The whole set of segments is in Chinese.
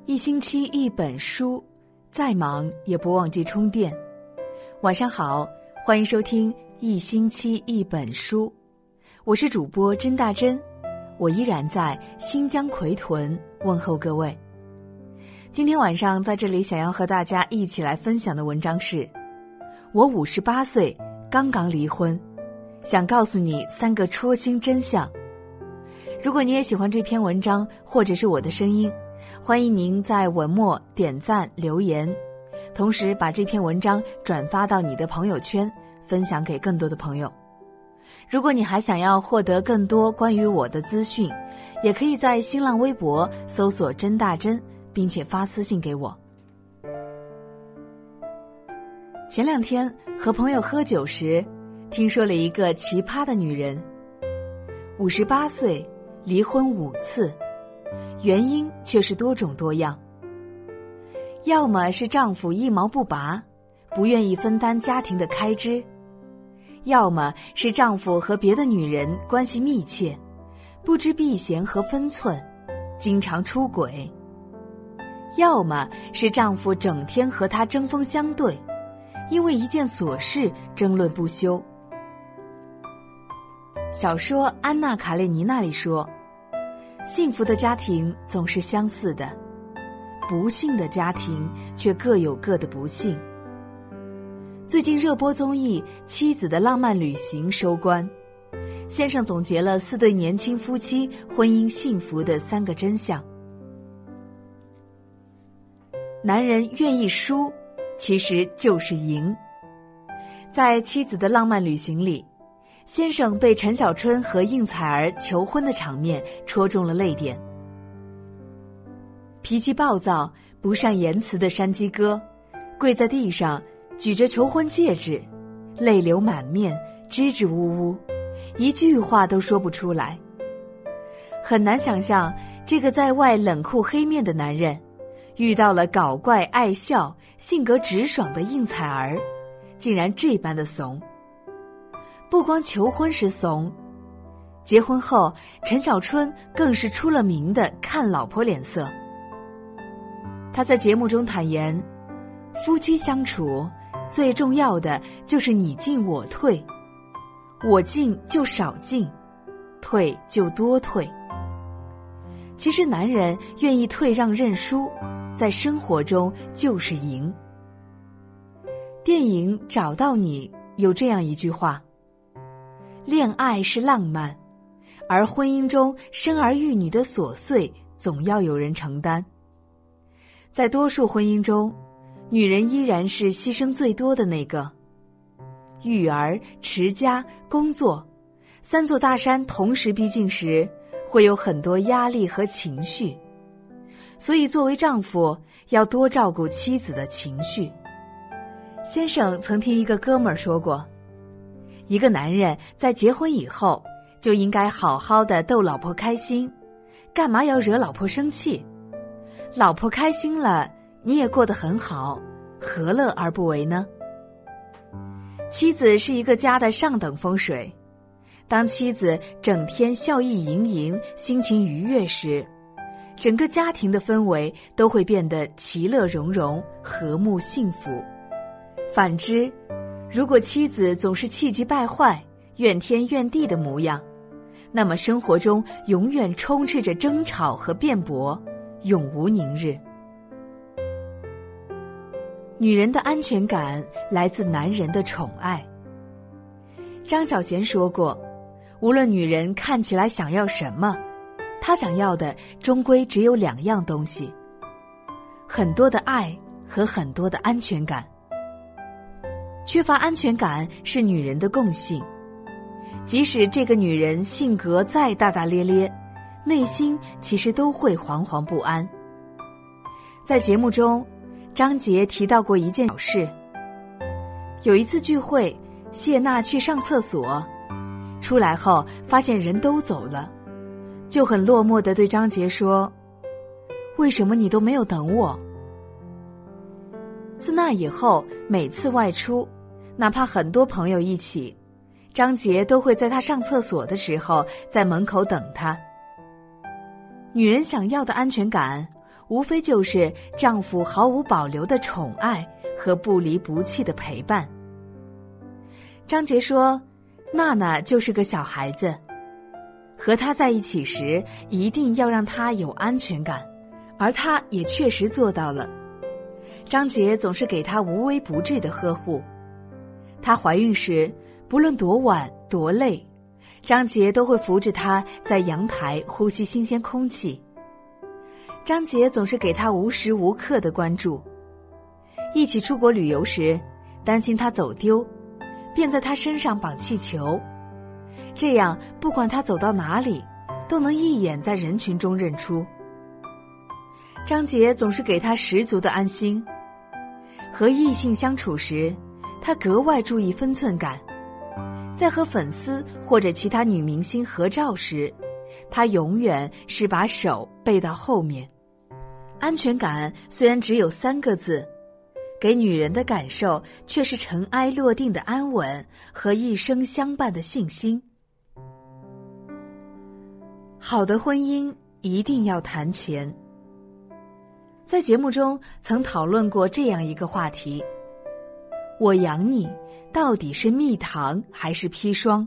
一星期一本书，再忙也不忘记充电。晚上好，欢迎收听一星期一本书，我是主播甄大珍，我依然在新疆奎屯问候各位。今天晚上在这里想要和大家一起来分享的文章是我58岁刚刚离婚，想告诉你3个戳心真相。如果你也喜欢这篇文章或者是我的声音，欢迎您在文末点赞留言，同时把这篇文章转发到你的朋友圈，分享给更多的朋友。如果你还想要获得更多关于我的资讯，也可以在新浪微博搜索甄大珍，并且发私信给我。前2天和朋友喝酒时，听说了一个奇葩的女人，58岁离婚5次，原因却是多种多样。要么是丈夫一毛不拔，不愿意分担家庭的开支；要么是丈夫和别的女人关系密切，不知避嫌和分寸，经常出轨；要么是丈夫整天和她针锋相对，因为一件琐事争论不休。小说《安娜·卡列尼娜》里说，幸福的家庭总是相似的，不幸的家庭却各有各的不幸。最近热播综艺《妻子的浪漫旅行》收官，先生总结了4对年轻夫妻婚姻幸福的3个真相。男人愿意输，其实就是赢。在《妻子的浪漫旅行》里，先生被陈小春和应采儿求婚的场面戳中了泪点。脾气暴躁、不善言辞的山鸡哥，跪在地上举着求婚戒指，泪流满面，支支吾吾，一句话都说不出来。很难想象这个在外冷酷黑面的男人，遇到了搞怪爱笑、性格直爽的应采儿，竟然这般的怂。不光求婚时怂，结婚后陈小春更是出了名的看老婆脸色。他在节目中坦言，夫妻相处最重要的就是你进我退，我进就少进，退就多退。其实男人愿意退让认输，在生活中就是赢。电影《找到你》有这样一句话，恋爱是浪漫，而婚姻中生儿育女的琐碎总要有人承担。在多数婚姻中，女人依然是牺牲最多的那个。育儿、持家、工作，3座大山同时逼近时，会有很多压力和情绪。所以作为丈夫，要多照顾妻子的情绪。先生曾听一个哥们儿说过，一个男人在结婚以后就应该好好的逗老婆开心，干嘛要惹老婆生气？老婆开心了，你也过得很好，何乐而不为呢？妻子是一个家的上等风水，当妻子整天笑意盈盈，心情愉悦时，整个家庭的氛围都会变得其乐融融，和睦幸福。反之，如果妻子总是气急败坏、怨天怨地的模样，那么生活中永远充斥着争吵和辩驳，永无宁日。女人的安全感来自男人的宠爱。张小娴说过，无论女人看起来想要什么，她想要的终归只有2样东西：很多的爱和很多的安全感。缺乏安全感是女人的共性，即使这个女人性格再大大咧咧，内心其实都会惶惶不安。在节目中，张杰提到过一件小事。有一次聚会，谢娜去上厕所，出来后发现人都走了，就很落寞地对张杰说，为什么你都没有等我？自那以后，每次外出，哪怕很多朋友一起，张杰都会在他上厕所的时候在门口等他。女人想要的安全感， 无非就是丈夫毫无保留的宠爱和不离不弃的陪伴。张杰说，娜娜就是个小孩子，和她在一起时一定要让她有安全感，而她也确实做到了。张杰总是给她无微不至的呵护。她怀孕时，不论多晚多累，张杰都会扶着她在阳台呼吸新鲜空气。张杰总是给她无时无刻的关注。一起出国旅游时，担心她走丢，便在她身上绑气球，这样不管她走到哪里，都能一眼在人群中认出。张杰总是给她十足的安心。和异性相处时，她格外注意分寸感。在和粉丝或者其他女明星合照时，她永远是把手背到后面。安全感虽然只有3个字，给女人的感受却是尘埃落定的安稳和一生相伴的信心。好的婚姻一定要谈钱。在节目中曾讨论过这样一个话题：我养你到底是蜜糖还是砒霜？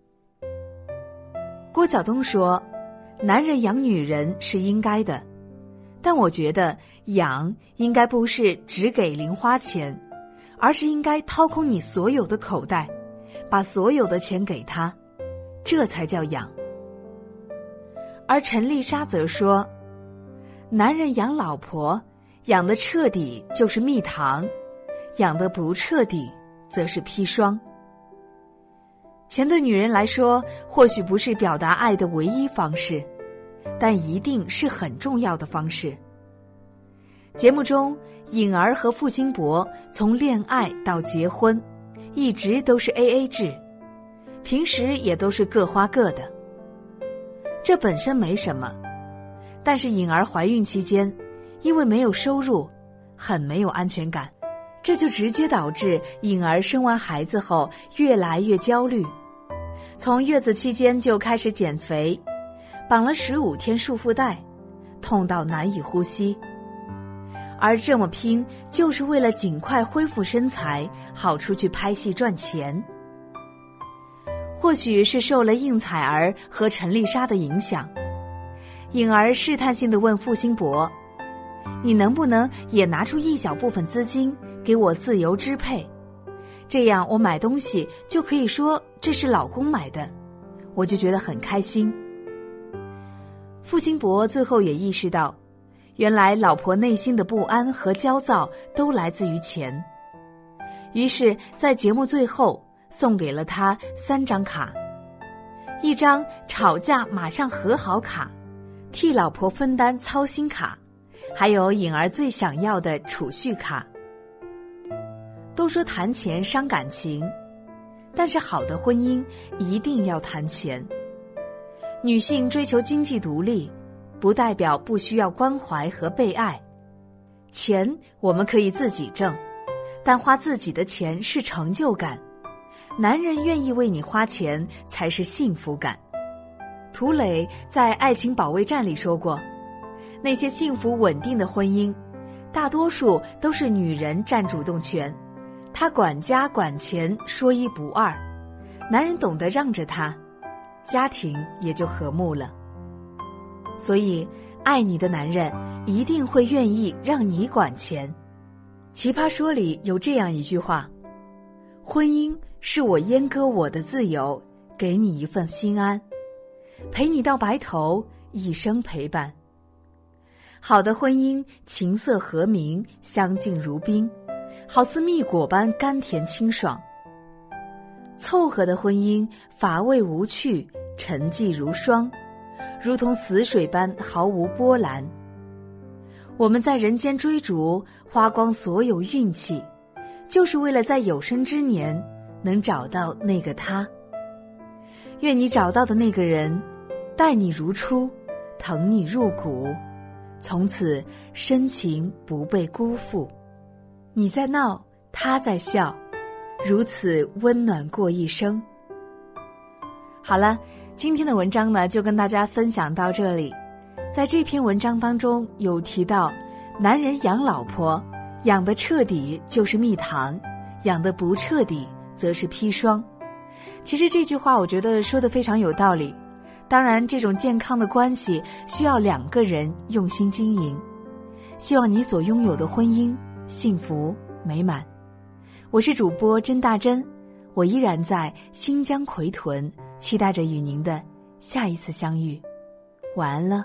郭晓东说，男人养女人是应该的，但我觉得养应该不是只给零花钱，而是应该掏空你所有的口袋，把所有的钱给他，这才叫养。而陈丽莎则说，男人养老婆，养得彻底就是蜜糖，养得不彻底则是砒霜。钱对女人来说或许不是表达爱的唯一方式，但一定是很重要的方式。节目中，颖儿和付辛博从恋爱到结婚一直都是 AA 制，平时也都是各花各的。这本身没什么，但是颖儿怀孕期间因为没有收入，很没有安全感，这就直接导致颖儿生完孩子后越来越焦虑，从月子期间就开始减肥，绑了15天束缚带，痛到难以呼吸。而这么拼就是为了尽快恢复身材，好出去拍戏赚钱。或许是受了应采儿和陈丽莎的影响，颖儿试探性地问付辛博，你能不能也拿出一小部分资金给我自由支配，这样我买东西就可以说这是老公买的，我就觉得很开心。付辛博最后也意识到，原来老婆内心的不安和焦躁都来自于钱，于是在节目最后送给了他3张卡，一张吵架马上和好卡，替老婆分担操心卡，还有颖儿最想要的储蓄卡。都说谈钱伤感情，但是好的婚姻一定要谈钱。女性追求经济独立，不代表不需要关怀和被爱。钱我们可以自己挣，但花自己的钱是成就感，男人愿意为你花钱才是幸福感。涂磊在《爱情保卫战》里说过，那些幸福稳定的婚姻，大多数都是女人占主动权，她管家管钱，说一不二，男人懂得让着她，家庭也就和睦了。所以爱你的男人一定会愿意让你管钱。奇葩说里有这样一句话，婚姻是我阉割我的自由，给你一份心安，陪你到白头，一生陪伴。好的婚姻琴瑟和鸣，相敬如宾，好似蜜果般甘甜清爽。凑合的婚姻乏味无趣，沉寂如霜，如同死水般毫无波澜。我们在人间追逐，花光所有运气，就是为了在有生之年能找到那个他。愿你找到的那个人待你如初，疼你入骨，从此深情不被辜负。你在闹，他在笑，如此温暖过一生。好了，今天的文章呢就跟大家分享到这里。 在这篇文章当中有提到，男人养老婆，养得彻底就是蜜糖，养得不彻底则是砒霜。其实这句话我觉得说得非常有道理。当然，这种健康的关系需要2个人用心经营。希望你所拥有的婚姻幸福美满。我是主播甄大珍，我依然在新疆奎屯，期待着与您的下一次相遇。晚安了。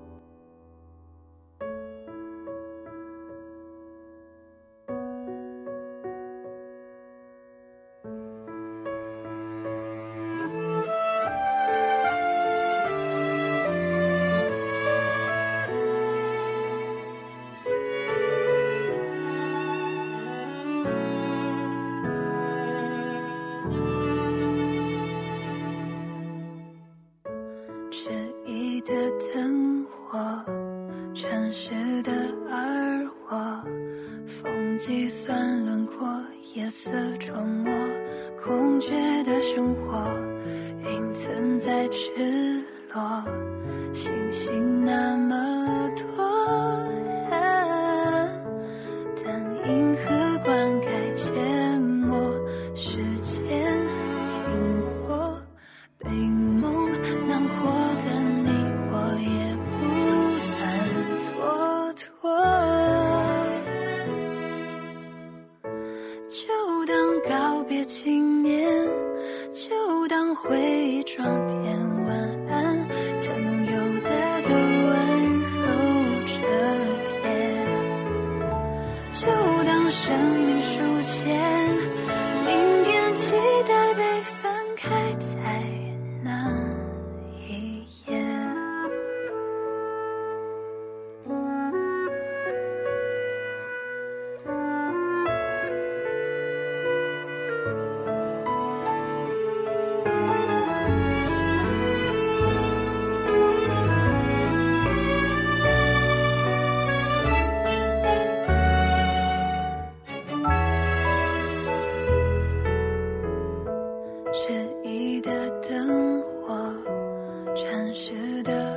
迟疑的灯火，城市的耳蜗，风计算轮廓，夜色琢磨，空缺的生活，云层在赤裸，星星那么多，当银河灌溉阡陌，时间停泊，被梦囊括的你我也不算蹉跎，就当告别纪念，就当回忆装点晚安，曾拥有的都温柔折叠，就当生命书签，明天期待被翻开在那一页。迟疑的灯火，城市的